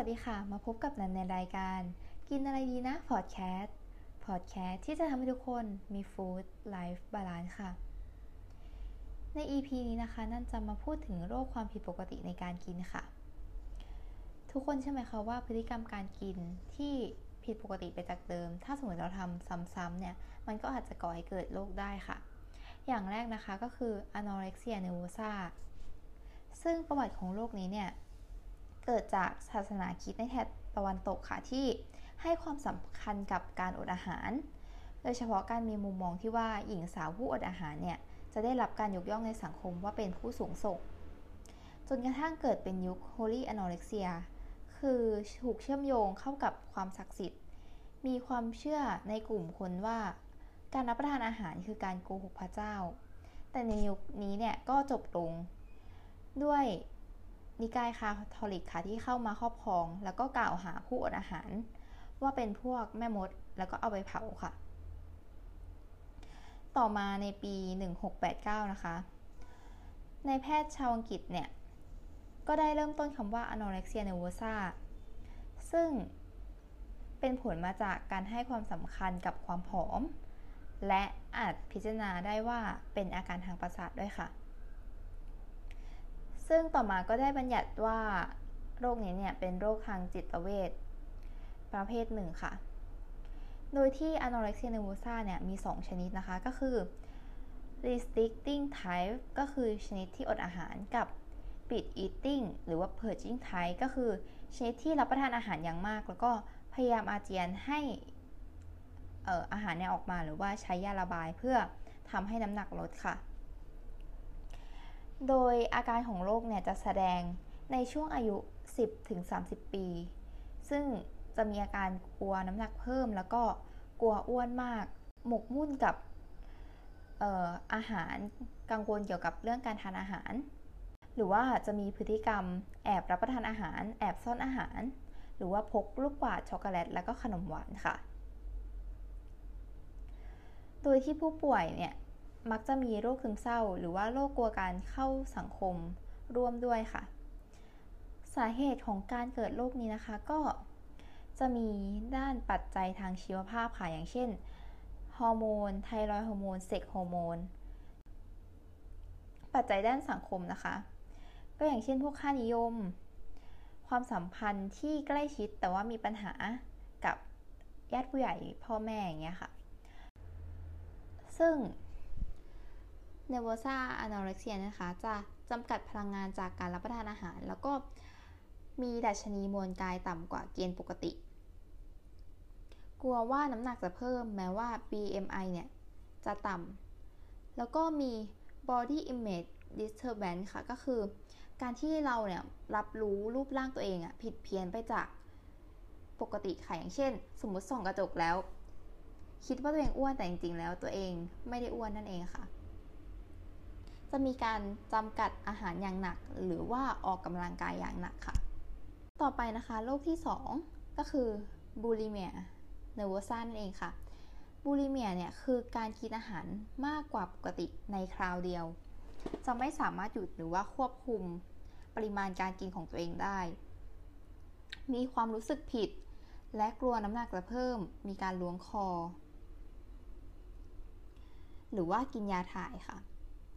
วัสดีค่ะมาพบกับนันในรายการกินอะไรดีนะพอดแคสต์ที่จะทำให้ทุกคนมีฟู้ดไลฟ์บาลานซ์ค่ะใน EP นี้นะคะนั่นจะมาพูดถึงโรคความผิดปกติในการกินค่ะทุกคนใช่ไหมคะว่าพฤติกรรมการกินที่ผิดปกติไปจากเดิมถ้าสมมติเราทำซ้ำๆเนี่ยมันก็อาจจะก่อให้เกิดโรคได้ค่ะอย่างแรกนะคะก็คือ anorexia nervosa ซึ่งประวัติของโรคนี้เนี่ยเกิดจากศาสนาคริสต์ในแถบตะวันตกค่ะที่ให้ความสำคัญกับการอดอาหารโดยเฉพาะการมีมุมมองที่ว่าหญิงสาวผู้อดอาหารเนี่ยจะได้รับการยกย่องในสังคมว่าเป็นผู้สูงส่งจนกระทั่งเกิดเป็นยุค Holy Anorexia คือถูกเชื่อมโยงเข้ากับความศักดิ์สิทธิ์มีความเชื่อในกลุ่มคนว่าการรับประทานอาหารคือการโกหกพระเจ้าแต่ในยุคนี้เนี่ยก็จบลงด้วยนิกายคาทอลิกค่ะที่เข้ามาครอบครองแล้วก็กล่าวหาผู้อดอาหารว่าเป็นพวกแม่มดแล้วก็เอาไปเผาค่ะต่อมาในปี1689นะคะนายแพทย์ชาวอังกฤษเนี่ยก็ได้เริ่มต้นคำว่า anorexia nervosa ซึ่งเป็นผลมาจากการให้ความสำคัญกับความผอมและอาจพิจารณาได้ว่าเป็นอาการทางประสาทด้วยค่ะซึ่งต่อมาก็ได้บัญญัติว่าโรคนี้เนี่ยเป็นโรคทางจิตเวชประเภทหนึ่งค่ะโดยที่ anorexia nervosa เนี่ยมี2ชนิดนะคะก็คือ restricting type ก็คือชนิดที่อดอาหารกับ binge eating หรือว่า purging type ก็คือชนิดที่รับประทานอาหารอย่างมากแล้วก็พยายามอาเจียนให้อาหารเนี่ยออกมาหรือว่าใช้ยาระบายเพื่อทำให้น้ำหนักลดค่ะโดยอาการของโรคเนี่ยจะแสดงในช่วงอายุ 10-30 ปี ซึ่งจะมีอาการกลัวน้ำหนักเพิ่มแล้วก็กลัวอ้วนมากหมกมุ่นกับอาหารกังวลเกี่ยวกับเรื่องการทานอาหารหรือว่าจะมีพฤติกรรมแอบรับประทานอาหารแอบซ่อนอาหารหรือว่าพกลูกกวาดช็อกโกแลตแล้วก็ขนมหวานค่ะโดยที่ผู้ป่วยเนี่ยมักจะมีโรคซึมเศร้าหรือว่าโรคกลัวการเข้าสังคมร่วมด้วยค่ะสาเหตุของการเกิดโรคนี้นะคะก็จะมีด้านปัจจัยทางชีวภาพค่ะอย่างเช่นฮอร์โมนไทรอยด์ฮอร์โมนเซ็กฮอร์โมนปัจจัยด้านสังคมนะคะก็อย่างเช่นพวกค่านิยมความสัมพันธ์ที่ใกล้ชิดแต่ว่ามีปัญหากับญาติผู้ใหญ่พ่อแม่อย่างเงี้ยค่ะซึ่ง Nervosa Anorexia นะคะจะจำกัดพลังงานจากการรับประทานอาหารแล้วก็มีดัชนีมวลกายต่ำกว่าเกณฑ์ปกติกลัวว่าน้ำหนักจะเพิ่มแม้ว่า BMI เนี่ยจะต่ำแล้วก็มี body image disturbance ค่ะก็คือการที่เราเนี่ยรับรู้รูปร่างตัวเองผิดเพี้ยนไปจากปกติค่ะอย่างเช่นสมมติส่องกระจกแล้วคิดว่าตัวเองอ้วนแต่จริงๆแล้วตัวเองไม่ได้อ้วนนั่นเองค่ะจะมีการจำกัดอาหารอย่างหนักหรือว่าออกกำลังกายอย่างหนักค่ะต่อไปนะคะโรคที่2ก็คือบูลิเมียเนอร์โวซ่านั่นเองค่ะบูลิเมียเนี่ยคือการกินอาหารมากกว่าปกติในคราวเดียวจะไม่สามารถหยุดหรือว่าควบคุมปริมาณการกินของตัวเองได้มีความรู้สึกผิดและกลัวน้ำหนักจะเพิ่มมีการล้วงคอหรือว่ากินยาถ่ายค่ะ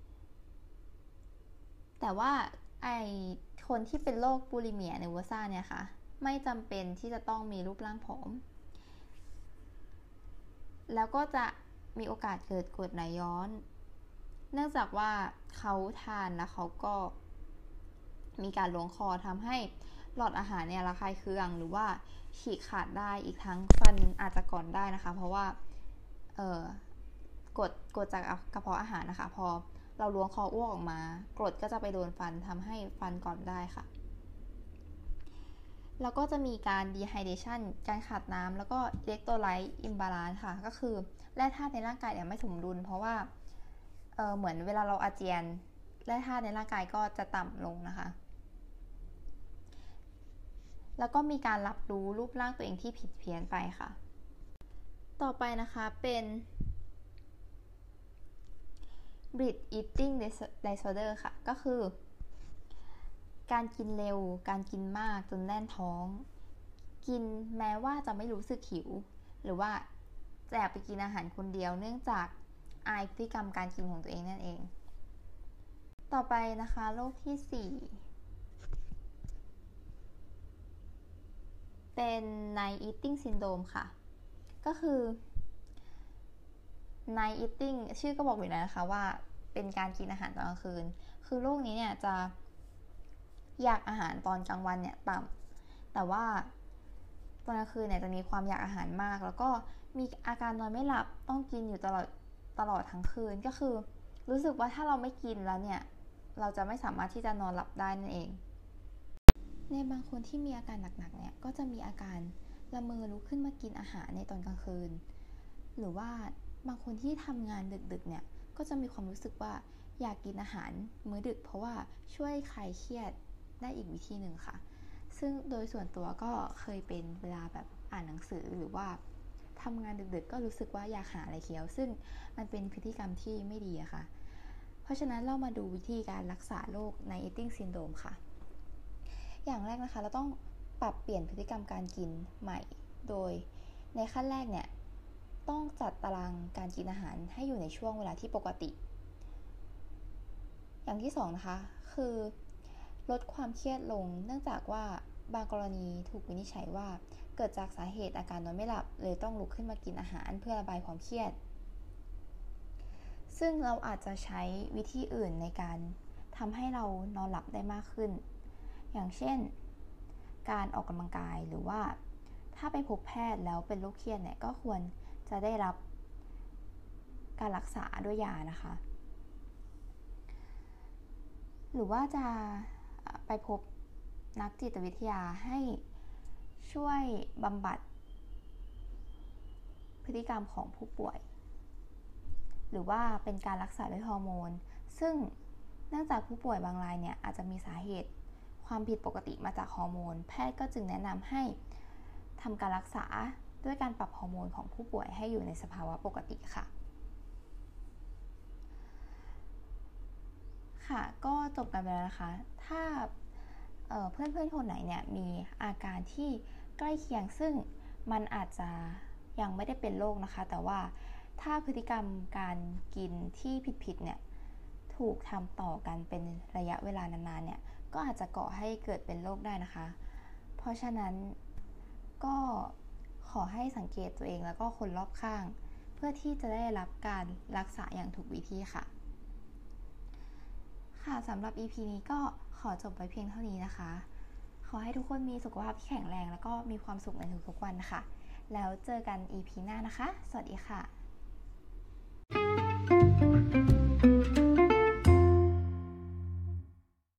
แต่ว่าคนที่เป็นโรคบูลิเมียเนอร์โวซ่าเนี่ยค่ะไม่จำเป็นที่จะต้องมีรูปร่างผอมแล้วก็จะมีโอกาสเกิดกรดไหลย้อนเนื่องจากว่าเขาทานแล้วเขาก็มีการล้วงคอทำให้หลอดอาหารเนี่ยระคายเคืองหรือว่าฉีกขาดได้อีกทั้งฟันอาจจะก่อนได้นะคะเพราะว่ากรดจากกระเพาะอาหารนะคะพอเราล้วงคออ้วกออกมากรดก็จะไปโดนฟันทำให้ฟันก่อนได้ค่ะแล้วก็จะมีการ dehydration การขาดน้ำแล้วก็ electrolyte imbalance ค่ะก็คือแร่ธาตุในร่างกายเนี่ยไม่สมดุลเพราะว่าเหมือนเวลาเราอาเจียนแร่ธาตุในร่างกายก็จะต่ำลงนะคะแล้วก็มีการรับรู้รูปร่างตัวเองที่ผิดเพี้ยนไปค่ะต่อไปนะคะเป็น binge eating disorder ค่ะก็คือการกินเร็วการกินมากจนแน่นท้องกินแม้ว่าจะไม่รู้สึกหิวหรือว่าจะแอบไปกินอาหารคนเดียวเนื่องจากอายพฤติกรรมการกินของตัวเองนั่นเองต่อไปนะคะโรคที่ 4เป็น night eating syndrome ค่ะก็คือ night eating ชื่อก็บอกอยู่แล้วนะคะว่าเป็นการกินอาหารตอนกลางคืนคือโรคนี้เนี่ยจะอยากอาหารตอนกลางวันเนี่ยต่ำแต่ว่าตอนกลางคืนเนี่ยจะมีความอยากอาหารมากแล้วก็มีอาการนอนไม่หลับต้องกินอยู่ตลอดทั้งคืนก็คือรู้สึกว่าถ้าเราไม่กินแล้วเนี่ยเราจะไม่สามารถที่จะนอนหลับได้นั่นเองในบางคนที่มีอาการหนักๆเนี่ยก็จะมีอาการละเมอลุกขึ้นมากินอาหารในตอนกลางคืนหรือว่าบางคนที่ทำงานดึกๆเนี่ยก็จะมีความรู้สึกว่าอยากกินอาหารมื้อดึกเพราะว่าช่วยคลายเครียดได้อีกวิธีหนึ่งค่ะซึ่งโดยส่วนตัวก็เคยเป็นเวลาแบบอ่านหนังสือหรือว่าทำงานดึกๆก็รู้สึกว่าอยากหาอะไรเคี้ยวซึ่งมันเป็นพฤติกรรมที่ไม่ดีอะค่ะเพราะฉะนั้นเรามาดูวิธีการรักษาโรค Night Eating Syndrome ค่ะอย่างแรกนะคะเราต้องปรับเปลี่ยนพฤติกรรมการกินใหม่โดยในขั้นแรกเนี่ยต้องจัดตารางการกินอาหารให้อยู่ในช่วงเวลาที่ปกติอย่างที่2นะคะคือลดความเครียดลงเนื่องจากว่าบางกรณีถูกวินิจฉัยว่าเกิดจากสาเหตุอาการนอนไม่หลับเลยต้องลุกขึ้นมากินอาหารเพื่อระบายความเครียดซึ่งเราอาจจะใช้วิธีอื่นในการทำให้เรานอนหลับได้มากขึ้นอย่างเช่นการออกกำลังกายหรือว่าถ้าไปพบแพทย์แล้วเป็นโรคเครียดเนี่ยก็ควรจะได้รับการรักษาด้วยยานะคะหรือว่าจะไปพบนักจิตวิทยาให้ช่วยบำบัดพฤติกรรมของผู้ป่วยหรือว่าเป็นการรักษาด้วยฮอร์โมนซึ่งเนื่องจากผู้ป่วยบางรายเนี่ยอาจจะมีสาเหตุความผิดปกติมาจากฮอร์โมนแพทย์ก็จึงแนะนำให้ทำการรักษาด้วยการปรับฮอร์โมนของผู้ป่วยให้อยู่ในสภาวะปกติค่ะค่ะก็จบกันไปแล้วนะคะถ้าเพื่อนๆคนไหนเนี่ยมีอาการที่ใกล้เคียงซึ่งมันอาจจะยังไม่ได้เป็นโรคนะคะแต่ว่าถ้าพฤติกรรมการกินที่ผิดๆเนี่ยถูกทำต่อกันเป็นระยะเวลานานๆเนี่ยก็อาจจะก่อให้เกิดเป็นโรคได้นะคะเพราะฉะนั้นก็ขอให้สังเกตตัวเองแล้วก็คนรอบข้างเพื่อที่จะได้รับการรักษาอย่างถูกวิธีค่ะค่ะสำหรับ EP นี้ก็ขอจบไว้เพียงเท่านี้นะคะขอให้ทุกคนมีสุขภาพที่แข็งแรงแล้วก็มีความสุขในทุกๆวันนะคะแล้วเจอกัน EP หน้านะคะสวัสดีค่ะ